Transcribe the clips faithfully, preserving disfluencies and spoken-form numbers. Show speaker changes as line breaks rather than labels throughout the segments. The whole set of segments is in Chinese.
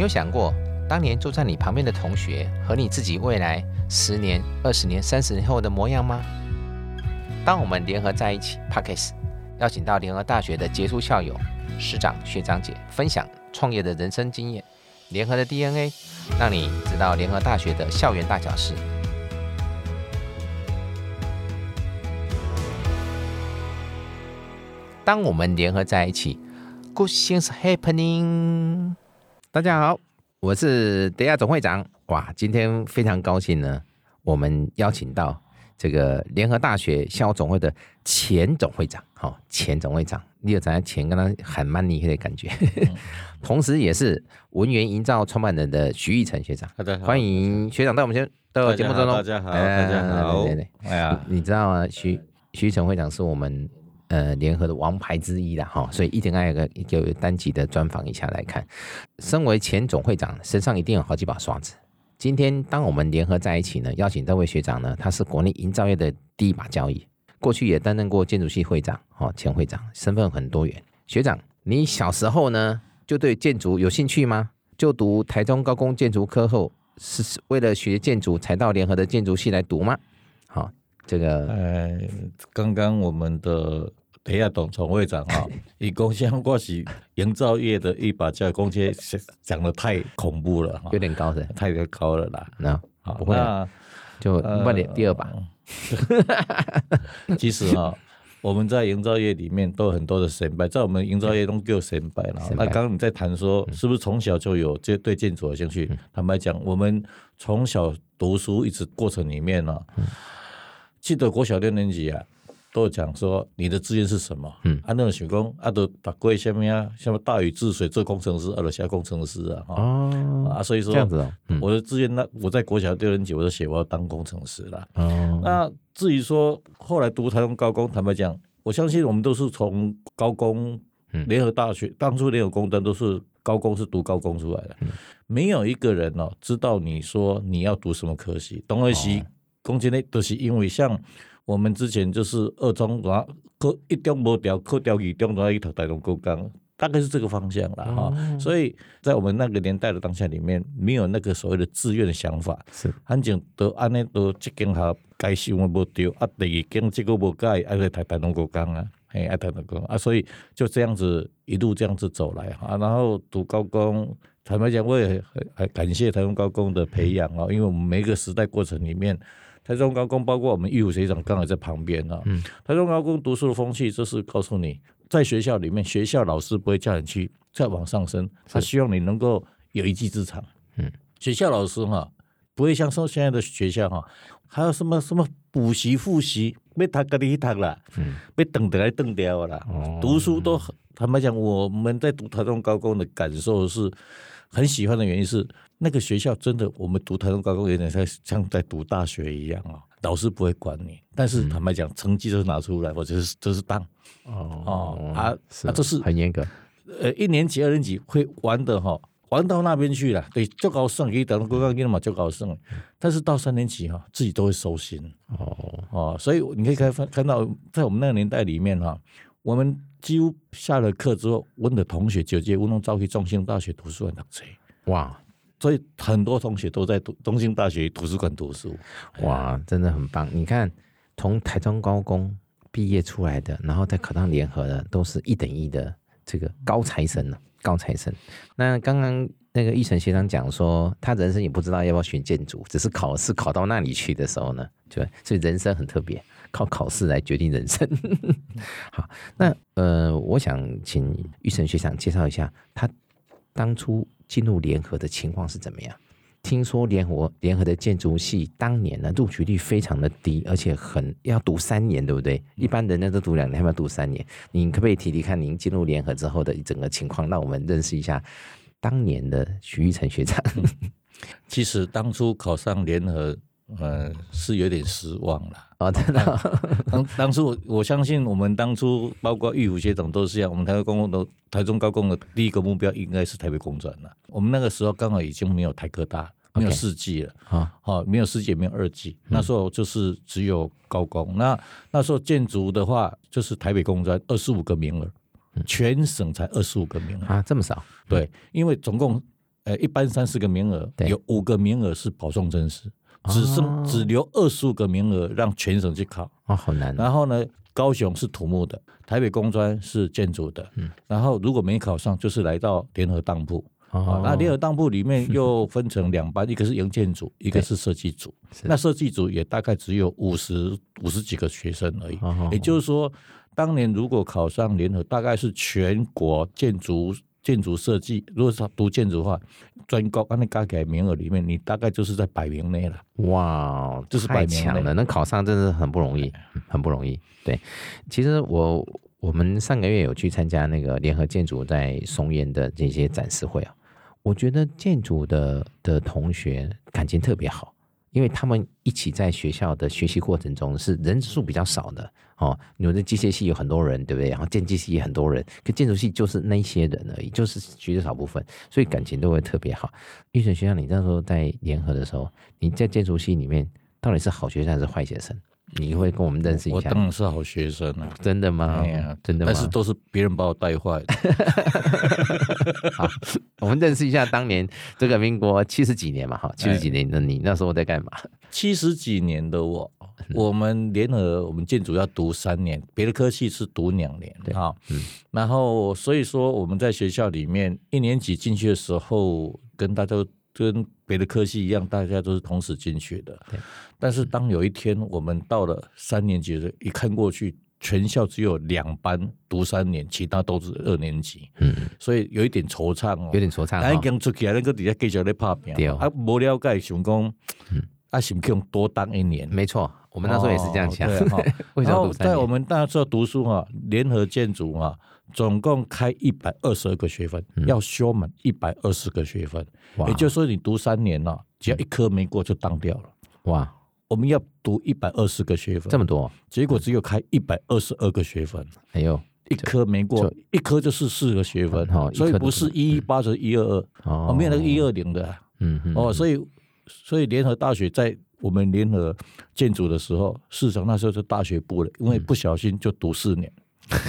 有想过当年坐在你旁边的同学和你自己未来十年、二十年、三十年后的模样吗？当我们联合在一起 Podcast 邀请到联合大学的杰出校友、师长、学长姐分享创业的人生经验，联合的 D N A 让你知道联合大学的校园大小事。当我们联合在一起 Good things happening。 大家好，我是德亚总会长。哇，今天非常高兴呢，我们邀请到这个联合大学校友总会的前总会长，哦、前总会长，你有在前跟他喊 money 的感觉，同时也是文源营造创办人的徐奕成学长。欢迎学长到我们先到节目中。
大家好，大家好。
对对对，哎呀，你知道吗？徐徐奕成会长是我们呃联合的王牌之一啦，哈，所以一定要有个有单集的专访一下来看。身为前总会长，身上一定有好几把刷子。今天当我们联合在一起呢，邀请这位学长呢，他是国内营造业的第一把交椅，过去也担任过建筑系会长、哦、前会长，身份很多元。学长，你小时候呢就对建筑有兴趣吗？就读台中高工建筑科后，是为了学建筑才到联合的建筑系来读吗？好、哦，这个
呃，刚刚我们的等一下董总会长啊，以公像我是营造业的一把交椅，公这讲的太恐怖了，
有点高的，
太高了啦。
那、no, 不会，那就慢点、呃、第二把。
其实啊，我们在营造业里面都有很多的先辈，在我们营造业中就有先辈了。那刚刚你在谈说，是不是从小就有对建筑有兴趣？嗯、坦白讲，我们从小读书一直过程里面呢、啊，嗯、记得国小六年级啊。都讲说你的志愿是什么？嗯，啊，那种想讲啊，都读过什么啊？什么大禹治水做工程师，啊，就写工程师啊，哦，啊，所以说
这样子哦，嗯、
我的志愿那我在国小六年级我就写我要当工程师啦。哦，那至于说后来读台中高工，坦白讲，我相信我们都是从高工联合大学，嗯、当初联合工专都是高工是读高工出来的，嗯、没有一个人哦知道你说你要读什么科系，当然是讲真的，都是因为像。我们之前就是二中，然后考一中没调，考调二中，然后一读台中高工，大概是这个方向啦、哦哦、所以在我们那个年代的当下里面，没有那个所谓的志愿的想法，是反正都安尼都这间学该修的没对，啊第二间这个没改，爱来台台中高工啊，嘿爱台中高工啊，所以就这样子一路这样子走来啊，然后读高工。坦白讲，我也很感谢台中高工的培养啊，因为我们每一个时代过程里面。台中高工包括我们义务学长刚好在旁边啊。嗯，台中高工读书的风气就是告诉你，在学校里面，学校老师不会叫你去再往上升，他希望你能够有一技之长。嗯，学校老师哈不会像说现在的学校哈，还有什么什么补习复习，要读就去读啦，嗯，要等得来等掉啦。哦，读书都坦白讲，我们在读台中高工的感受是很喜欢的原因是。那个学校真的，我们读台中高工有点像在读大学一样啊，老师不会管你，但是坦白讲，成绩就是拿出来，或者是就是当哦哦啊，是啊，这是
很严格。
呃，一年级、二年级会玩的哈，玩到那边去了，对，就高胜，可以台中高工嘛，就高胜。但是到三年级哈，自己都会收心哦哦，所以你可以看看到，在我们那个年代里面哈，我们几乎下了课之后，我的同学九届运动招去中兴大学图书馆读书，哇。所以很多同学都在中兴大学图书馆读书，
哇，真的很棒！你看，从台中高工毕业出来的，然后再考上联合的，都是一等一的这个高材生了，高材生。那刚刚那个奕成学长讲说，他人生也不知道要不要选建筑，只是考试考到那里去的时候呢，就所以人生很特别，靠考试来决定人生。好，那呃，我想请奕成学长介绍一下他当初。进入联合的情况是怎么样？听说联合联合的建筑系当年呢录取率非常的低，而且很要读三年，对不对？一般人呢都读两年，还要读三年。你可不可以提提看您进入联合之后的整个情况，让我们认识一下当年的徐奕成学长？
其实当初考上联合，呃，是有点失望了。
哦，真的、哦。
当当初我我相信我们当初包括玉虎学长都是一样，我们台中高工的台中高工的第一个目标应该是台北工专了。我们那个时候刚好已经没有台科大，没有四技了，啊、okay. 哦，没有四技也没有二技、嗯，那时候就是只有高工。那那时候建筑的话，就是台北工专二十五个名额，全省才二十五个名额
啊，这么少？
对，因为总共呃一般三十个名额，有五个名额是保送正式，只剩、哦、只留二十五个名额让全省去考。
哦，好难、哦。
然后呢，高雄是土木的，台北工专是建筑的，嗯，然后如果没考上，就是来到联合当铺。哦，那联合当铺里面又分成两班，一个是营建组，一个是设计组。那设计组也大概只有五十五十几个学生而已。哦、也就是说，当年如果考上联合，大概是全国建筑建筑设计，如果是读建筑的话，专高按那加起来名额里面，你大概就是在百名内了。
哇，就是太强了，能考上真的很不容易，很不容易。对，其实我。我们上个月有去参加那个联合建筑在松烟的这些展示会啊，我觉得建筑的的同学感情特别好，因为他们一起在学校的学习过程中是人数比较少的哦。有的机械系有很多人，对不对？然后电机系也很多人，可建筑系就是那些人而已，就是学的少部分，所以感情都会特别好。玉成学长，你那时候在联合的时候，你在建筑系里面到底是好学生还是坏学生？你会跟我们认识一下？
我当然是好学生啊！
真的吗？
哎呀，
真的吗？
但是都是别人把我带坏的。
好，我们认识一下当年这个民国七十几年嘛，哈，七十几年的你那时候在干嘛？
七十几年的我，我们联合我们建筑要读三年，别的科系是读两年啊。嗯，然后所以说我们在学校里面一年级进去的时候，跟大家跟别的科系一样，大家都是同时进去的。但是当有一天我们到了三年级的时候，一看过去，全校只有两班读三年，其他都是二年级。嗯，所以有一点惆怅哦，
有点惆怅。
咱刚出去，那个底下继续在拍拼，啊，不了解想讲，啊，是不是用多当一年？
没错，我们那时候也是这样想。
哦、为什么读三年？在我们那时候读书啊，联合建筑啊，总共开一百二十二个学分，嗯、要修满一百二十个学分。也就是说，你读三年啊，只要一科没过就当掉了。哇！我们要读一百二十个学分，
这么多，
结果只有开一百二十二个学分。
哎呦，
一科没过，一科就是四个学分，哦、所以不是一一八就是一二二，哦，没有那个一二零的、啊。嗯嗯。哦，所以所以联合大学在我们联合建筑的时候，事实上那时候是大学部了，因为不小心就读四年。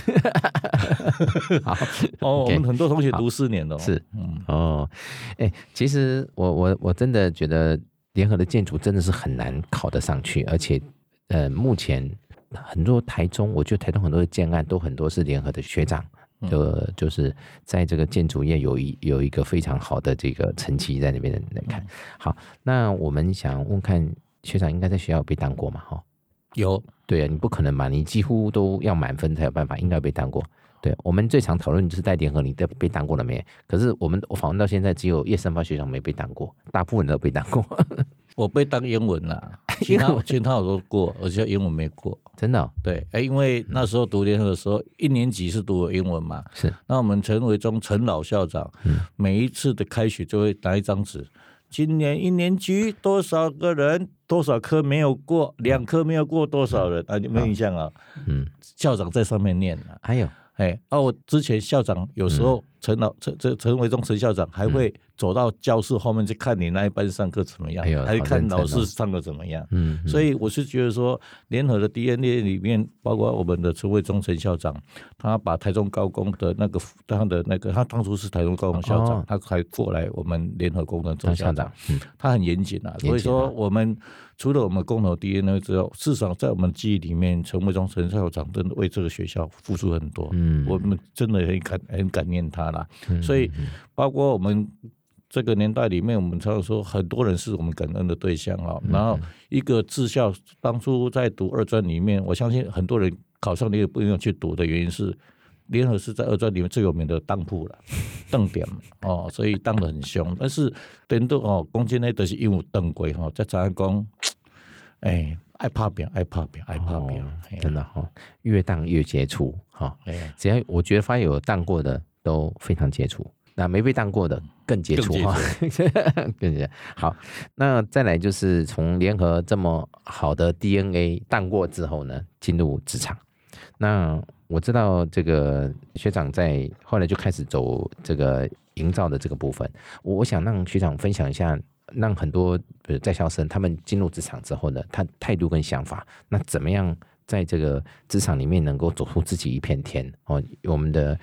好哦， okay, 我们很多同学读四年的、哦，
是，嗯哦，哎、欸，其实我我我真的觉得。联合的建筑真的是很难考得上去，而且，呃，目前很多台中，我觉得台中很多的建案都很多是联合的学长，就、嗯、就是在这个建筑业有一有一个非常好的这个成绩在那边来看。好，那我们想问看学长应该在学校有被当过嘛？哈，
有，
对啊，你不可能嘛，你几乎都要满分才有办法，应该被当过。对，我们最常讨论就是在联合，你都被当过了没？可是我们我访问到现在，只有叶三发学长没被当过，大部分人都被当过。
我被当英文啦，其他其他我都过，而且英文没过，
真的、哦。
对，哎，因为那时候读联合的时候，一年级是读英文嘛，
是。
那我们陈维忠陈老校长，嗯、每一次的开学就会拿一张纸，今年一年级多少个人，多少科没有过，两科没有过多少人、嗯、啊？你没有印象啊？嗯，校长在上面念啊，
还有。
哎，啊，我之前校长有时候陈老陈陈陈维忠陈校长还会走到教室后面去看你那一班上课怎么样，哎、还看老师上课怎么样。嗯，所以我是觉得说，联合的 D N A 里面，包括我们的陈维忠陈校长，他把台中高工的那个他的那个，他当初是台中高工校长，哦、他还过来我们联合工程做校长，嗯、他很严谨啊。所以说我们。除了我们共同 D N A 之后，事实上在我们记忆里面，陈维忠陈校长真的为这个学校付出很多，嗯，我们真的很感很感念他啦。嗯、所以，包括我们这个年代里面，我们常常说很多人是我们感恩的对象啊。嗯、然后，一个志校当初在读二专里面，我相信很多人考上你也不用去读的原因是。联合是在二专里面最有名的当铺了，当点哦，所以当得很凶。但是等到哦，讲真的，就是因为当过哈，再怎样讲，哎，爱拍拼，爱拍拼，爱拍拼，
哦、真的哈、哦，越当越杰出哈。哦、只要我觉得发现有当过的都非常杰出，那没被当过的更杰出哈。更杰好，那再来就是从联合这么好的 D N A 当过之后呢，进入职场。那我知道这个学长在后来就开始走这个营造的这个部分，我想让学长分享一下，让很多在校生他们进入职场之后呢，他态度跟想法，那怎么样在这个职场里面能够走出自己一片天哦？我们的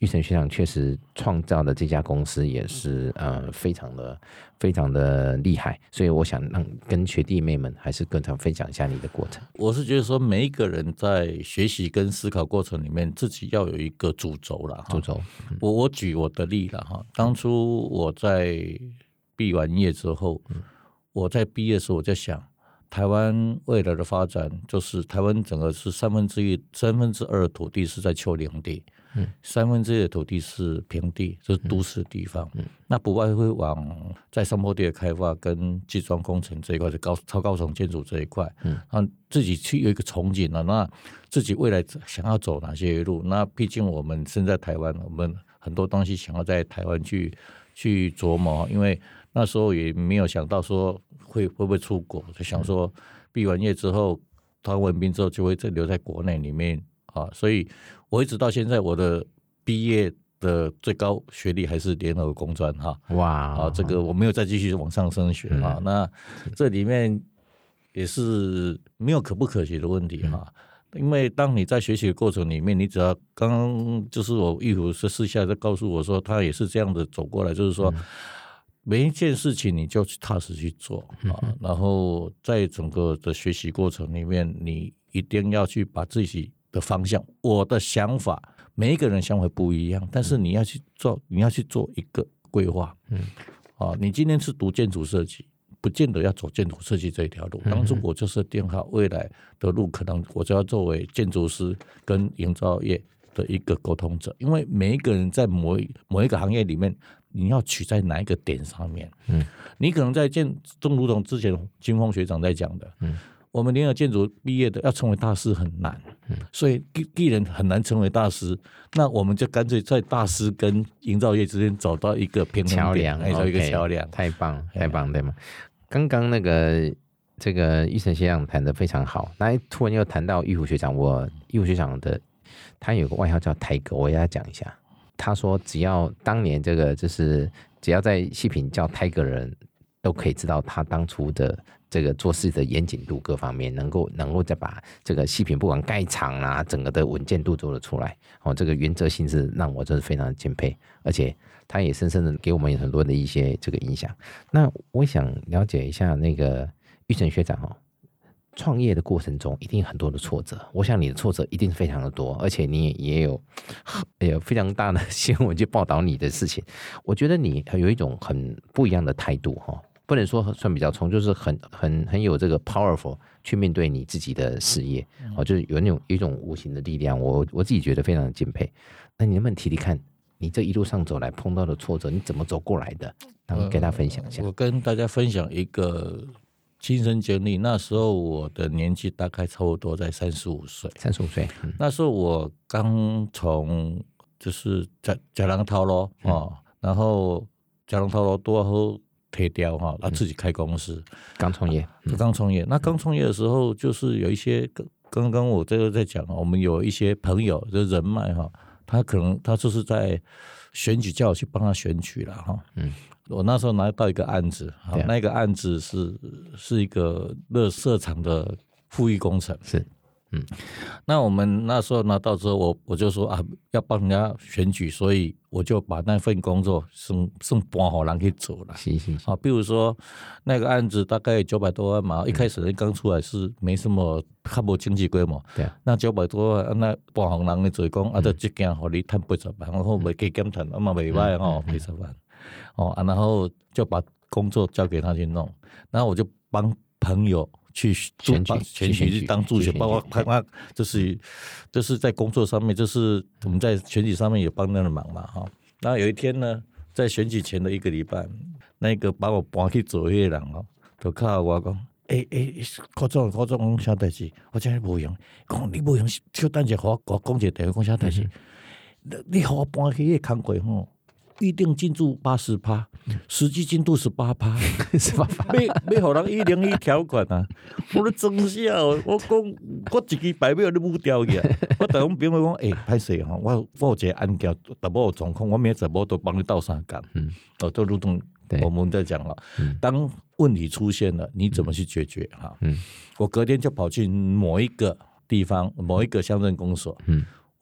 玉成学长确实创造的这家公司也是呃非常的非常的厉害，所以我想让跟学弟妹们还是跟他们分享一下你的过程。
我是觉得说每一个人在学习跟思考过程里面，自己要有一个主轴啦。
主轴，
嗯、我我举我的例啦哈，当初我在毕完业之后，嗯、我在毕业的时候我在想。台湾未来的发展就是台湾整个是三分之一、三分之二的土地是在丘陵地，嗯，三分之一的土地是平地，就是都市地方。嗯，那不外会往在山坡地的开发跟基桩工程这一块，是高超高层建筑这一块，嗯，然后自己去有一个憧憬了，那自己未来想要走哪些路？那毕竟我们身在台湾，我们很多东西想要在台湾去去琢磨，因为那时候也没有想到说。会会不会出国？就想说毕完业之后，当完兵之后就会再留在国内里面啊，所以我一直到现在我的毕业的最高学历还是联合工专哈。哇啊，这个我没有再继续往上升学啊。嗯、那这里面也是没有可不可学的问题哈。嗯、因为当你在学习的过程里面，你只要刚刚就是我义父是私下在告诉我说，他也是这样的走过来，就是说。嗯每一件事情你就踏实去做啊，然后在整个的学习过程里面，你一定要去把自己的方向，我的想法，每一个人想法不一样，但是你要去做，你要去做一个规划。嗯，啊，你今天是读建筑设计，不见得要走建筑设计这一条路。当初我就是定好未来的路，可能我就要作为建筑师跟营造业的一个沟通者，因为每一个人在某一某一个行业里面。你要取在哪一个点上面？嗯，你可能在建，正如同之前金峰学长在讲的，嗯，我们联合建筑毕业的要成为大师很难，嗯，所以既然很难成为大师，那我们就干脆在大师跟营造业之间找到一个平衡点，找到一个桥梁，
太棒，太棒，对吗？刚刚那个这个玉成学长谈得非常好，那突然又谈到玉虎学长，我玉虎学长的他有个外号叫台哥，我也要讲一下。他说：“只要当年这个，就是只要在细品叫泰戈人，都可以知道他当初的这个做事的严谨度各方面，能够能够再把这个细品不管盖厂啊，整个的稳健度做得出来。哦，这个原则性是让我真的非常的敬佩，而且他也深深的给我们很多的一些这个影响。那我想了解一下那个玉成学长哦。”创业的过程中一定有很多的挫折，我想你的挫折一定是非常的多，而且你也有也有非常大的新闻去报道你的事情。我觉得你有一种很不一样的态度哈，不能说算比较冲，就是很很很有这个 powerful 去面对你自己的事业，哦，就是有那种有一种无形的力量，我我自己觉得非常的敬佩。那你能不能提提看，你这一路上走来碰到的挫折，你怎么走过来的？然后跟大家分享一下。
呃、我跟大家分享一个。亲身经历，那时候我的年纪大概差不多在三十五岁，
三十五岁。嗯、
那时候我刚从就是假假狼套咯哦，嗯、然后假狼套咯多后退掉哈，他自己开公司，
刚创业，
刚创业。那刚创业的时候，就是有一些刚刚我这个在讲，我们有一些朋友的人脉哈，他可能他就是在选举，叫我去帮他选举了哈。嗯。我那时候拿到一个案子，好，那个案子是是一个垃圾场的复议工程，
是，嗯，
那我们那时候拿到之后，我我就说啊，要帮人家选举，所以我就把那份工作送送搬好人去做了，
是是是，
好，比如说那个案子大概九百多万嘛，嗯、一开始人刚出来是没什么，较无经济规模，
对啊，
那九百多万，那搬好人去做讲，啊，这这件互你赚八十万，然后未加减赚，啊嘛未歹吼，八十万。哦啊，然后就把工作交给他去弄，然后我就帮朋友去
选举，
选举去当助选，包括他他就是就是在工作上面，就是我们在选举上面也帮他的忙嘛哈。然后有一天呢，在选举前的一个礼拜，那个把我搬去做迄个人哦，就靠我讲，诶诶，郭总郭总讲啥代志？我真系无用，讲你无用，就等下我我讲一个电话讲啥代志？你和我搬去迄个工过吼。预定进度八十趴，实际进度十八趴，
十八趴，
没没好人一零一条款啊！我的真笑，我讲我一支白表都不掉去，我同我朋友讲，诶、欸，歹势吼，我我有一个案件，但无有状况，我明仔载都帮你倒三工。嗯，哦，都如同我们在讲了，嗯、当问题出现了，你怎么去解决？哈，嗯，我隔天就跑去某一个地方，某一个乡镇公所，嗯。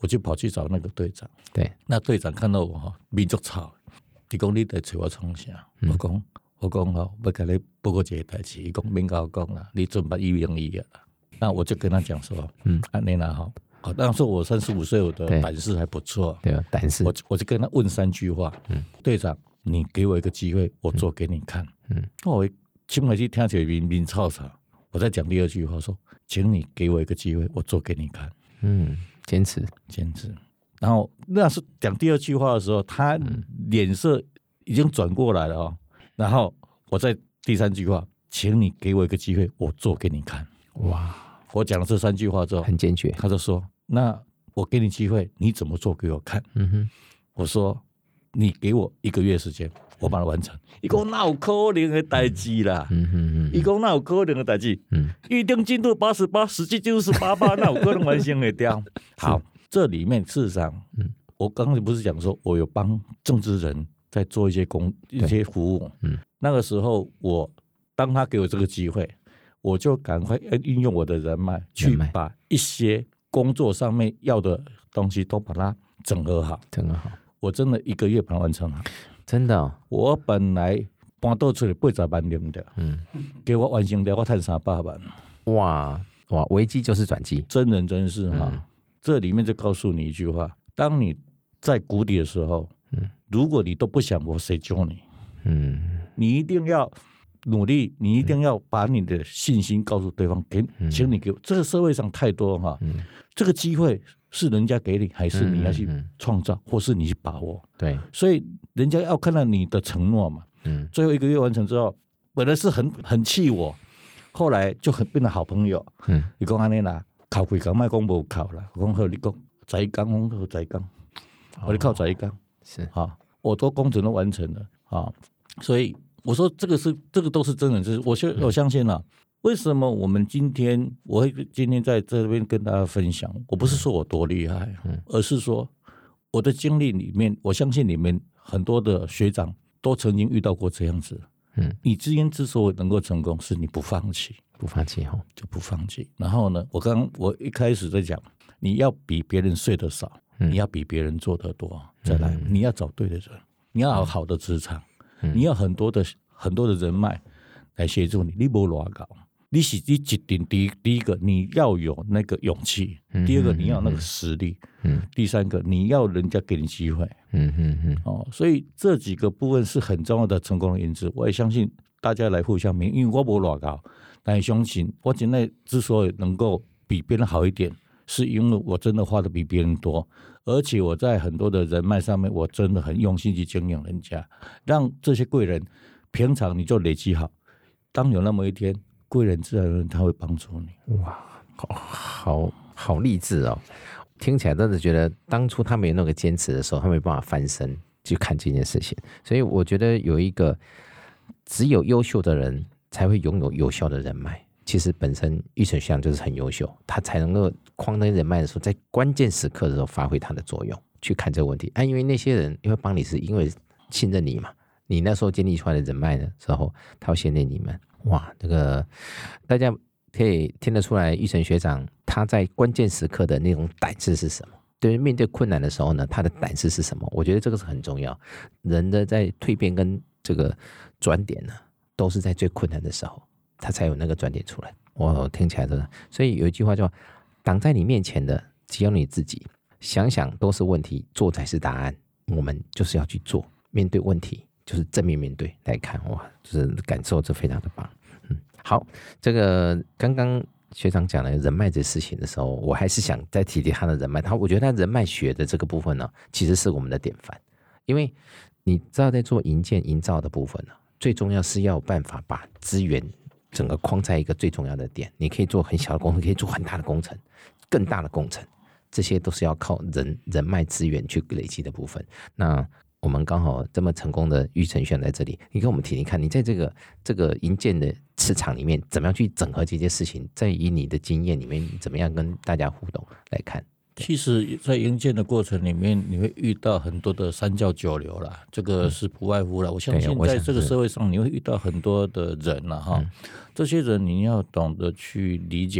我就跑去找那个队长。
对，
那队长看到我哈，面足臭，伊讲你在找我创啥？嗯、我讲我讲哈，要跟你报告一个代志。伊讲免跟我讲啦，你准备一零一了。那我就跟他讲说，嗯，安尼啦哈。好，当时我三十五岁，我的胆识还不错，
对啊，胆识。
我我就跟他问三句话，嗯，队长，你给我一个机会，我做给你看，嗯，我请回去听起来明明吵吵，我再讲第二句话说，请你给我一个机会，我做给你看，
嗯，坚持，
坚持。然后那是讲第二句话的时候，他脸色已经转过来了哦，然后我在第三句话，请你给我一个机会，我做给你看，哇。我讲了这三句话之后，
很坚决。
他就说：“那我给你机会，你怎么做给我看？”嗯哼，我说：“你给我一个月时间，我把它完成。”伊讲哪有可能的代志啦？嗯哼，伊讲哪有可能的代志？嗯，预定进度八十八，实际进度是八八，那有可能完成得掉？好，这里面事实上，嗯，我刚才不是讲说我有帮政治人在做一些工一些服务，嗯，那个时候我当他给我这个机会。我就赶快运用我的人脉，去把一些工作上面要的东西都把它整合好。
整合好，
我真的一个月把它完成好。
真的、哦，
我本来搬到出来八十万领的，嗯，给我完成了，我赚三百万。
哇哇，危机就是转机，
真人真事哈、嗯。这里面就告诉你一句话：当你在谷底的时候，嗯，如果你都不想我，谁救你？嗯，你一定要。努力，你一定要把你的信心告诉对方，给，请你给我。这个社会上太多哈，嗯、这个机会是人家给你，还是你要去创造，嗯嗯、或是你去把握？
对，
所以人家要看到你的承诺嘛。嗯，最后一个月完成之后，本来是很很气我，后来就很变成好朋友。嗯，你讲安尼啦，考几工，莫讲无考啦。我讲好，你讲十一工，我讲十一工，我你考十一工是啊，我都工程都完成了啊，所以。我说这个是这个都是真人，就是我相我相信了。为什么我们今天我会今天在这边跟大家分享？我不是说我多厉害，而是说我的经历里面，我相信你们很多的学长都曾经遇到过这样子。嗯，你之前之所以能够成功，是你不放弃，
不放弃哈，
就不放弃。然后呢，我刚我一开始在讲，你要比别人睡得少，你要比别人做得多，再来，你要找对的人，你要有好的职场。你要很多的很多的人脉来协助你，你没多高，你是你一定第一第一个你要有那个勇气，嗯、第二个你要有那个实力，嗯、第三个你要人家给你机会，嗯嗯嗯，哦，所以这几个部分是很重要的成功的因子。我也相信大家来互相勉，因为我没多高，但是相信我现在之所以能够比别人好一点，是因为我真的花的比别人多。而且我在很多的人脉上面，我真的很用心去经营人家，让这些贵人平常你就累积好，当有那么一天，贵人自然而然他会帮助你。
哇，好好好励志哦！听起来真的觉得当初他没有那个坚持的时候，他没办法翻身去看这件事情。所以我觉得有一个只有优秀的人才会拥有有效的人脉。其实本身玉成学长就是很优秀，他才能够框那人脉的时候，在关键时刻的时候发挥他的作用，去看这个问题。啊，因为那些人因为帮你是因为信任你嘛，你那时候建立出来的人脉的时候，他要信任你们。哇，这个大家可以听得出来，玉成学长他在关键时刻的那种胆识是什么？对，面对困难的时候呢，他的胆识是什么？我觉得这个是很重要。人的在蜕变跟这个转点呢，都是在最困难的时候。他才有那个转点出来，我听起来的，所以有一句话叫“挡在你面前的，只有你自己。想想都是问题，做才是答案。我们就是要去做，面对问题就是正面面对来看，哇，就是感受这非常的棒。嗯，好，这个刚刚学长讲了人脉这事情的时候，我还是想再提提他的人脉。他我觉得他人脉学的这个部分呢，其实是我们的典范，因为你知道在做营建营造的部分呢，最重要是要有办法把资源。整个框在一个最重要的点，你可以做很小的工程，可以做很大的工程，更大的工程，这些都是要靠人人脉资源去累积的部分。那我们刚好这么成功的玉成学长在这里，你跟我们提提看，你在这个这个营建的市场里面，怎么样去整合这些事情？再以你的经验里面，怎么样跟大家互动来看？
其实，在营建的过程里面，你会遇到很多的三教九流啦，这个是不外乎啦。我相信，在这个社会上，你会遇到很多的人啦，哈、嗯。这些人你要懂得去理解，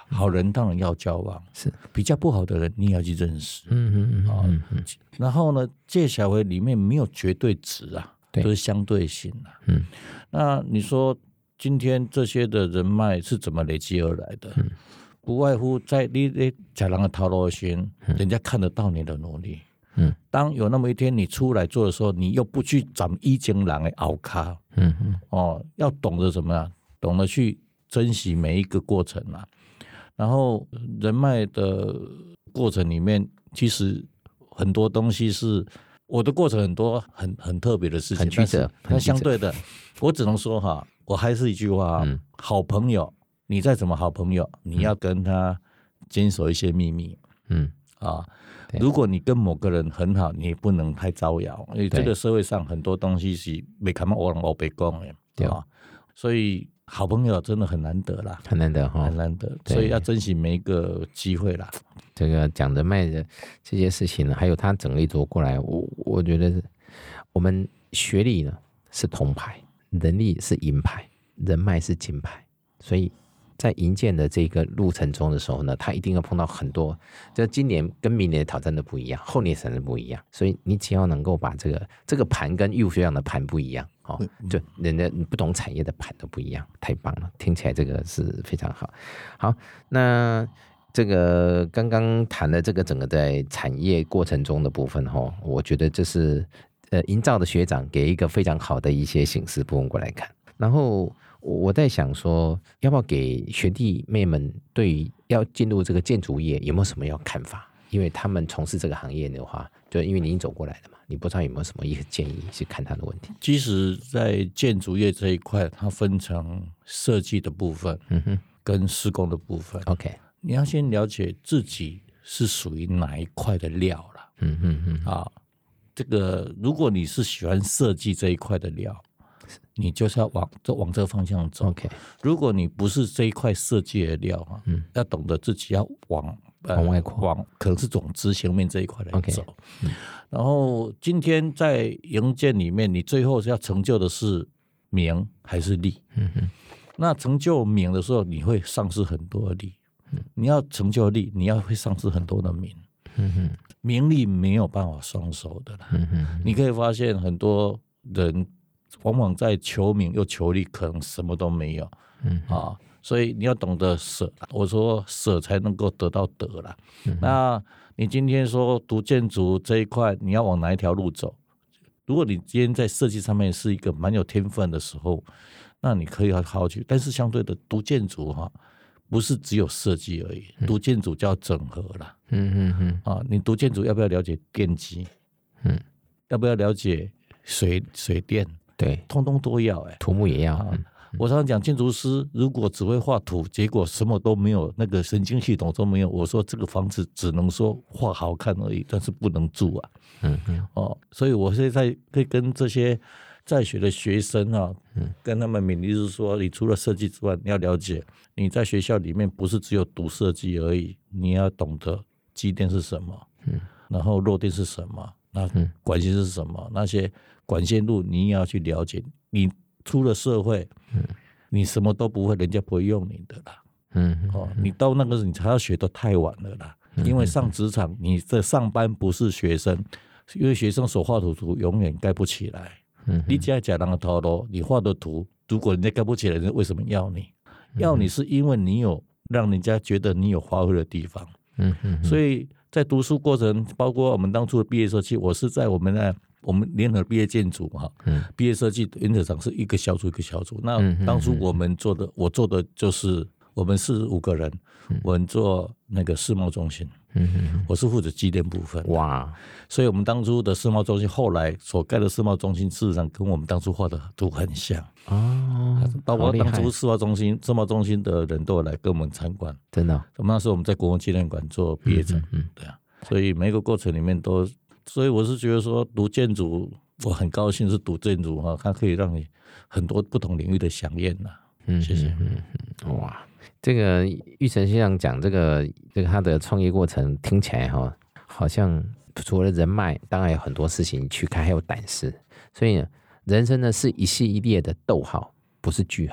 好人当然要交往，
是
比较不好的人你也要去认识。
嗯嗯嗯嗯
嗯。然后呢，戒小为里面没有绝对值啊，
对，
都是相对性啊。
嗯，
那你说今天这些的人脉是怎么累积而来的？嗯，不外乎在你在假人的套路时，人家看得到你的努力。嗯，当有那么一天你出来做的时候，你又不去找以前人的后卡，嗯嗯，哦，要懂得什么呀？懂得去珍惜每一个过程啊。然后人脉的过程里面，其实很多东西是我的过程很多很很特别的事情，
很曲折。
那相对的，我只能说哈，我还是一句话，嗯，好朋友，你再怎么好朋友，你要跟他坚守一些秘密，嗯啊。如果你跟某个人很好，你也不能太招摇，因为这个社会上很多东西是没看到我人我被讲的，对吧？所以好朋友真的很难得啦，
很难得哈，
很难得，所以要珍惜每一个机会啦。
这个讲人脉的这些事情呢，还有他整个一桌过来，我我觉得我们学历呢是铜牌，能力是银牌，人脉是金牌，所以。在营建的这个路程中的时候呢，他一定要碰到很多，就今年跟明年的挑战都不一样，后年甚至不一样，所以你只要能够把这个这个盘跟玉学长的盘不一样，哦，就人家不同产业的盘都不一样，太棒了，听起来这个是非常好。好，那这个刚刚谈的这个整个在产业过程中的部分，哈，我觉得这是呃营造的学长给一个非常好的一些形式部分过来看，然后。我在想说，要不要给学弟妹们对于要进入这个建筑业有没有什么要看法？因为他们从事这个行业的话，就因为你已经走过来的嘛，你不知道有没有什么一个建议去看他的问题？
其实，在建筑业这一块，它分成设计的部分，嗯哼，跟施工的部分。
OK，
你要先了解自己是属于哪一块的料了。嗯哼哼，啊，这个如果你是喜欢设计这一块的料。你就是要往就往这个方向走。
Okay.
如果你不是这一块设计的料啊，嗯，要懂得自己要往、
呃、往外扩，
往可能是总执行面这一块来走。Okay. 嗯、然后今天在营建里面，你最后是要成就的是名还是利？嗯哼。那成就名的时候，你会丧失很多的利。嗯、你要成就利，你要会丧失很多的名。嗯哼。名利没有办法双收的啦。嗯哼。你可以发现很多人。往往在求名又求利，可能什么都没有，嗯啊，所以你要懂得舍。我说舍才能够得到得啦。嗯、那你今天说读建筑这一块，你要往哪一条路走？如果你今天在设计上面是一个蛮有天分的时候，那你可以好好去。但是相对的，读建筑哈，不是只有设计而已，嗯、读建筑叫整合啦。嗯嗯嗯，啊，你读建筑要不要了解电机？嗯，要不要了解水水电？
对，
通通都要哎、欸，
土木也要。嗯、
我常常讲，建筑师如果只会画图，结果什么都没有，那个神经系统都没有，我说这个房子只能说画好看而已，但是不能住啊。嗯嗯哦，所以我现在可以跟这些在学的学生啊，嗯、跟他们勉励是说，你除了设计之外，你要了解你在学校里面不是只有读设计而已，你要懂得机电是什么，嗯，然后弱电是什么，那管线是什么，那些。管线路你也要去了解，你出了社会，嗯、你什么都不会，人家不会用你的啦。嗯哦，你到那个时候你才要学都太晚了啦。嗯、因为上职场，你在上班不是学生，因为学生手画的图永远盖不起来。嗯、你只要假人的套路，你画的图，如果人家盖不起来，人家为什么要你？嗯、要你是因为你有让人家觉得你有发挥的地方。嗯嗯，所以在读书过程，包括我们当初的毕业设计，我是在我们的。我们联合毕业建筑哈，嗯、毕业设计原则上是一个小组一个小组。那当初我们做的，嗯、我做的就是我们是五个人，嗯、我们做那个世贸中心，嗯、我是负责机电部分。哇！所以我们当初的世贸中心，后来所盖的世贸中心，事实上跟我们当初画的都很像哦。包括当初世贸中心、世贸中心的人都有来跟我们参观，
真的、哦。
我们那时候我们在国父纪念馆做毕业展，嗯嗯、对啊。所以每个过程里面都。所以我是觉得说读建筑，我很高兴是读建筑哈，它可以让你很多不同领域的响应呐。嗯，谢谢。嗯
嗯，哇，这个玉成先生讲这个这个他的创业过程听起来哈，好像除了人脉，当然有很多事情去看，还有胆识。所以呢，人生呢是一系列的逗号，不是句号。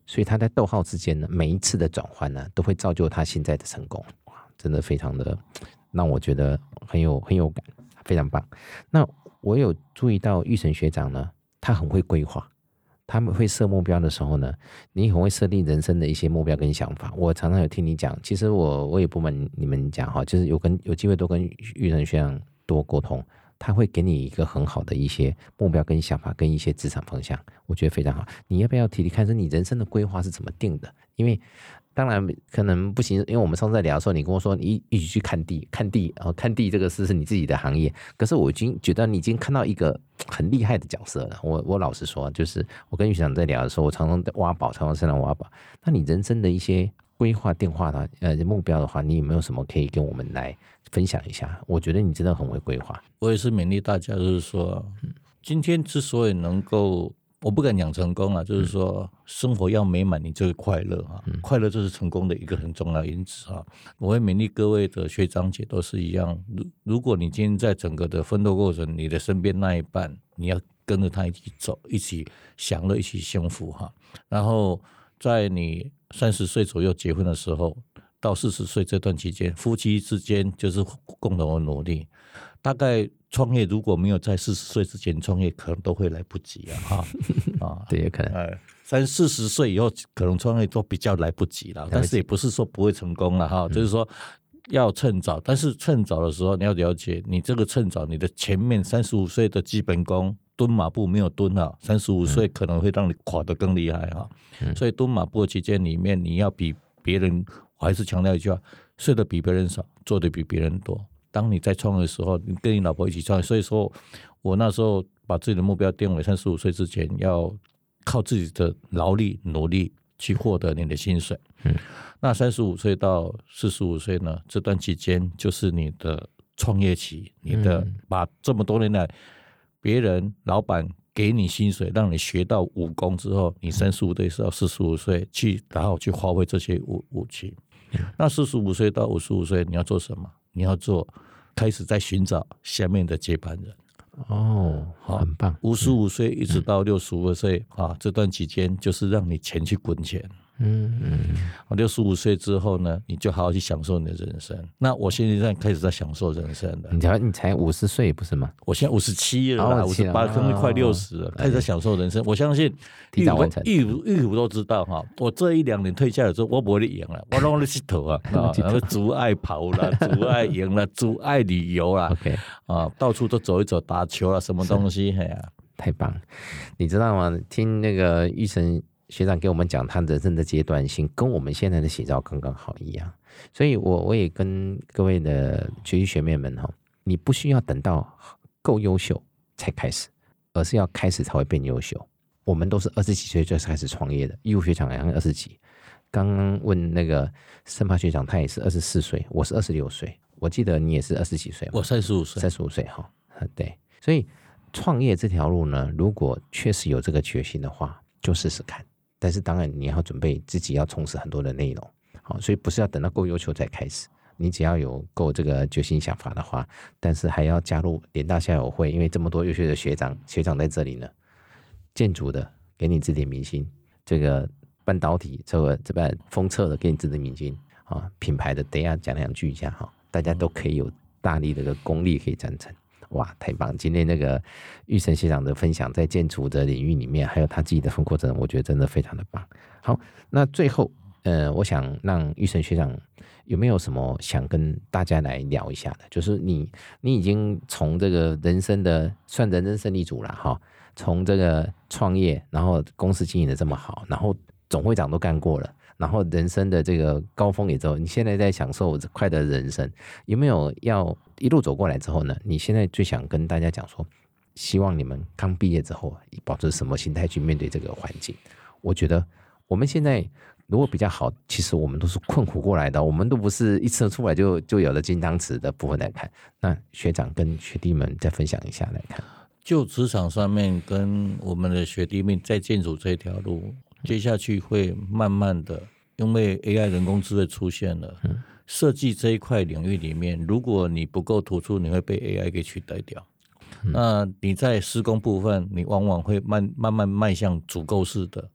所以他在逗号之间呢，每一次的转换呢，都会造就他现在的成功。哇，真的非常的让我觉得很有很有感，非常棒。那我有注意到玉成学长呢，他很会规划。他们会设目标的时候呢，你很会设定人生的一些目标跟想法。我常常有听你讲，其实我我也不瞒你们讲哈，就是有跟有机会多跟玉成学长多沟通，他会给你一个很好的一些目标跟想法跟一些职场方向，我觉得非常好。你要不要提提看，是你人生的规划是怎么定的？因为当然可能不行，因为我们上次在聊的时候，你跟我说你一起去看地，看地，然后看地这个事是你自己的行业。可是我已经觉得你已经看到一个很厉害的角色了。我我老实说，就是我跟玉长在聊的时候，我常常挖宝，常常身上挖宝。那你人生的一些规划、电话的呃目标的话，你有没有什么可以跟我们来分享一下？我觉得你真的很会规划。
我也是勉励大家，就是说，今天之所以能够。我不敢讲成功啊，就是说生活要美满，你就会快乐啊，嗯、快乐就是成功的一个很重要的因子啊。我会勉励各位的学长姐都是一样，如如果你今天在整个的奋斗过程，你的身边那一半，你要跟着他一起走，一起享乐，一起幸福哈。然后在你三十岁左右结婚的时候，到四十岁这段期间，夫妻之间就是共同的努力。大概创业如果没有在四十岁之前创业，可能都会来不及啊！哈
啊，对，也可能。
呃，三四十岁以后可能创业都比较来不及了，但是也不是说不会成功了哈，嗯、就是说要趁早。但是趁早的时候，你要了解，你这个趁早，你的前面三十五岁的基本功蹲马步没有蹲好，三十五岁可能会让你垮得更厉害哈。嗯、所以蹲马步的期间里面，你要比别人，我还是强调一句话：睡得比别人少，做得比别人多。当你在创业的时候，你跟你老婆一起创业，所以说我那时候把自己的目标定为三十五岁之前要靠自己的劳力努力去获得你的薪水。嗯，那三十五岁到四十五岁呢，这段期间就是你的创业期，你的把这么多年来别人老板给你薪水，让你学到武功之后，你三十五岁到四十五岁去然后去发挥这些武武器。那四十五岁到五十五岁你要做什么？你要做，开始在寻找下面的接班人。
哦，很棒。
五十五岁一直到六十五岁、嗯、啊，这段期间就是让你钱去滚钱。嗯嗯，六十五岁之后呢，你就好好去享受你的人生。那我现在开始在享受人生了。
你才你才五十岁不是吗？
我现在五十七了啦，五十八，可能快六十了，开始在享受人生。我相信
提早完成，
玉虎玉虎都知道哈。我这一两年退下来之后，我不会赢了，我拢在佚佗啊，然后阻碍跑啦，阻碍赢啦，阻碍旅游啦
，OK
啊，到处都走一走，打球啦，什么东西，哎呀，
太棒了！你知道吗？听那个玉成学长给我们讲他人生的阶段性，跟我们现在的写照刚刚好一样。所以我我也跟各位的学弟学妹们哈，你不需要等到够优秀才开始，而是要开始才会变优秀。我们都是二十几岁就开始创业的，义务学长好像二十几。刚刚问那个盛发学长，他也是二十四岁，我是二十六岁。我记得你也是二十几岁，
我三十五岁，
三十五岁哈。对，所以创业这条路呢，如果确实有这个决心的话，就试试看。但是当然你要准备自己要充实很多的内容，好，所以不是要等到够优秀再开始，你只要有够这个决心想法的话，但是还要加入联大校友会，因为这么多优秀的学长学长在这里呢，建筑的给你指点迷津，这个半导体这个这边封测的给你指点迷津啊，品牌的等一下讲两句一下哈，大家都可以有大力的个功力可以赞成。哇，太棒！今天那个玉成学长的分享，在建筑的领域里面，还有他自己的分过程，我觉得真的非常的棒。好，那最后，呃，我想让玉成学长有没有什么想跟大家来聊一下的？就是你，你已经从这个人生的算人生胜利组了哈，从这个创业，然后公司经营的这么好，然后总会长都干过了。然后人生的这个高峰也之后，你现在在享受快乐的人生，有没有要一路走过来之后呢？你现在最想跟大家讲说，希望你们刚毕业之后保持什么心态去面对这个环境？我觉得我们现在如果比较好，其实我们都是困苦过来的，我们都不是一生出来就就有了金汤匙的部分来看。那学长跟学弟们再分享一下来看，
就职场上面跟我们的学弟妹在建筑这条路。接下去会慢慢的，因为 A I 人工智慧出现了，设计这一块领域里面，如果你不够突出，你会被 A I 给取代掉。嗯、那你在施工部分，你往往会慢慢慢迈向主构式的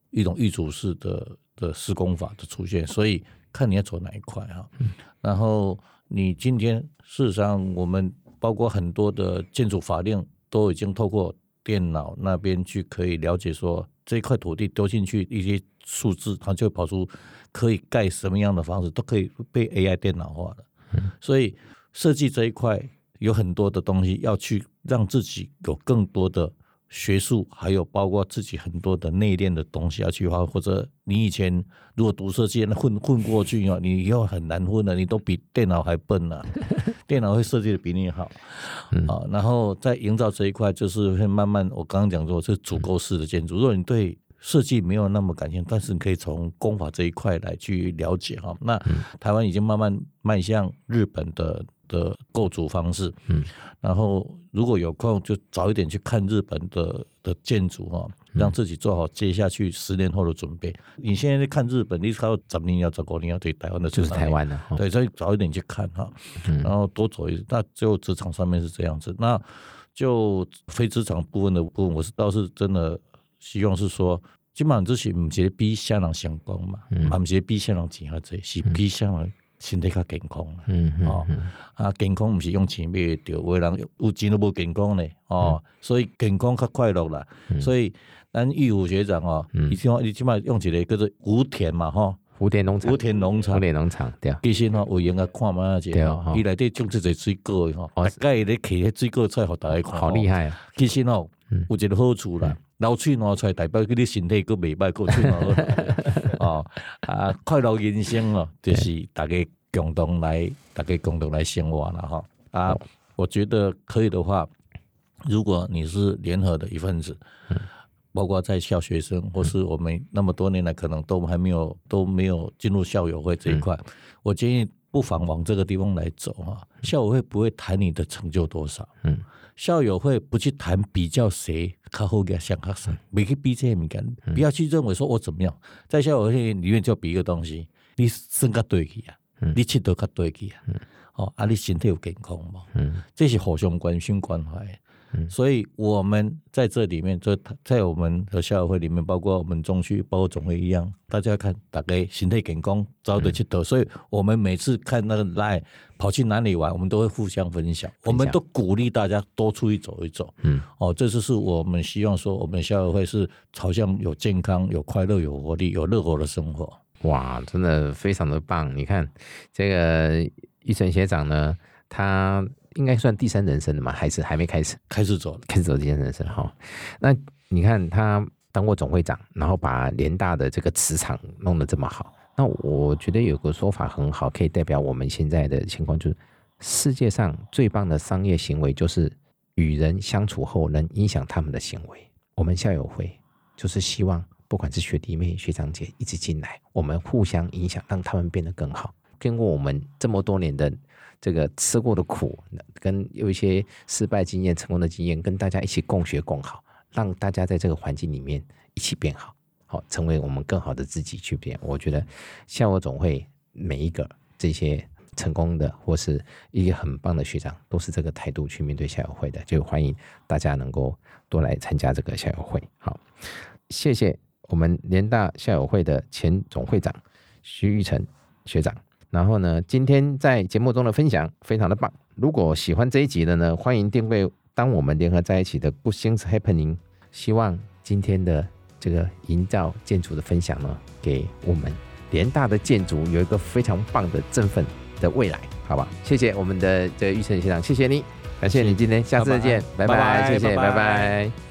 一种预组式的的施工法的出现，所以看你要走哪一块哈。然后你今天事实上我们包括很多的建筑法令都已经透过电脑那边去可以了解说这一块土地丢进去一些数字，它就会跑出可以盖什么样的房子，都可以被 A I 电脑化的。嗯、所以设计这一块有很多的东西要去让自己有更多的学术，还有包括自己很多的内敛的东西要去花，或者你以前如果读设计混混过去哦，你以后很难混的，你都比电脑还笨啊，电脑会设计的比你好、嗯啊、然后在营造这一块就是会慢慢，我刚刚讲说是主构式的建筑，如果你对设计没有那么感兴趣，但是你可以从工法这一块来去了解哈。那台湾已经慢慢迈向日本的的构筑方式，嗯，然后如果有空就早一点去看日本的的建筑哈，让自己做好接下去十年后的准备。你现在在看日本，你靠十年要走过，你要对台湾的
就是台湾的，
对，所以早一点去看哈，然后多走一，那只有职场上面是这样子，那就非职场部分的部分，我是倒是真的希望是说。基本上这是不是比谁人成功嘛，也、嗯、不是比谁人钱较多，是比谁人身体较健康。嗯嗯哦、啊，健康不是用钱买得到，有的人有钱都无健康呢。哦、嗯，所以健康较快乐啦。嗯、所以咱玉虎学长哦，你起码你起码用一个叫做福田嘛，哈、哦，
福田农场，
福田农场，
福田农场，对。
其实吼有闲啊看嘛者，伊内底种这个水果吼，大概咧摕迄水果菜互大家看，
好厉害啊！
其实吼有一个好处啦。嗯流喙拿出来代表你身体佫袂歹，佫喙拿哦啊，快乐人生哦，就是大家共同来，大家共同来生活了哈啊！我觉得可以的话，如果你是联合的一份子，嗯、包括在校学生，或是我们那么多年来可能都还没有都没有进入校友会这一块，嗯、我建议不妨往这个地方来走哈。校友会不会谈你的成就多少？嗯。校友会不去谈比较谁较好嘅像较谁，没去比这些物件，不要去认为说我怎么样，在校友会里面就比一个东西，你身较对起啊，嗯、你气都较对起啊，嗯、哦啊，你身体有健康嘛，嗯、这是互相关心关怀。嗯、所以我们在这里面，就在我们的校友会里面，包括我们中区，包括总会一样，大家看大家身体健康，早点去得。所以我们每次看那个 line 跑去哪里玩，我们都会互相分享，我们都鼓励大家多出去走一走。嗯，哦，这就是我们希望说，我们校友会是朝向有健康、有快乐、有活力、有乐活的生活。
哇，真的非常的棒！你看这个玉成学长呢，他应该算第三人生的嘛，还是还没开始？
开始走了，
开始走第三人生哈。那你看他当过总会长，然后把联大的这个磁场弄得这么好，那我觉得有个说法很好，可以代表我们现在的情况，就是世界上最棒的商业行为就是与人相处后能影响他们的行为。我们校友会就是希望不管是学弟妹学长姐一直进来，我们互相影响，让他们变得更好。经过我们这么多年的这个吃过的苦，跟有一些失败经验、成功的经验，跟大家一起共学共好，让大家在这个环境里面一起变好，好成为我们更好的自己去变。我觉得校友总会每一个这些成功的或是一个很棒的学长，都是这个态度去面对校友会的，就欢迎大家能够多来参加这个校友会。好，谢谢我们联大校友会的前总会长徐玉成学长。然后呢，今天在节目中的分享非常的棒。如果喜欢这一集的呢，欢迎订阅当我们联合在一起的 Good Things Happening。希望今天的这个营造建筑的分享呢，给我们联大的建筑有一个非常棒的振奋的未来，好吧？谢谢我们的这个玉成学长，谢谢你，感谢你今天，下次再见，拜拜，拜拜，谢谢，拜拜。拜拜。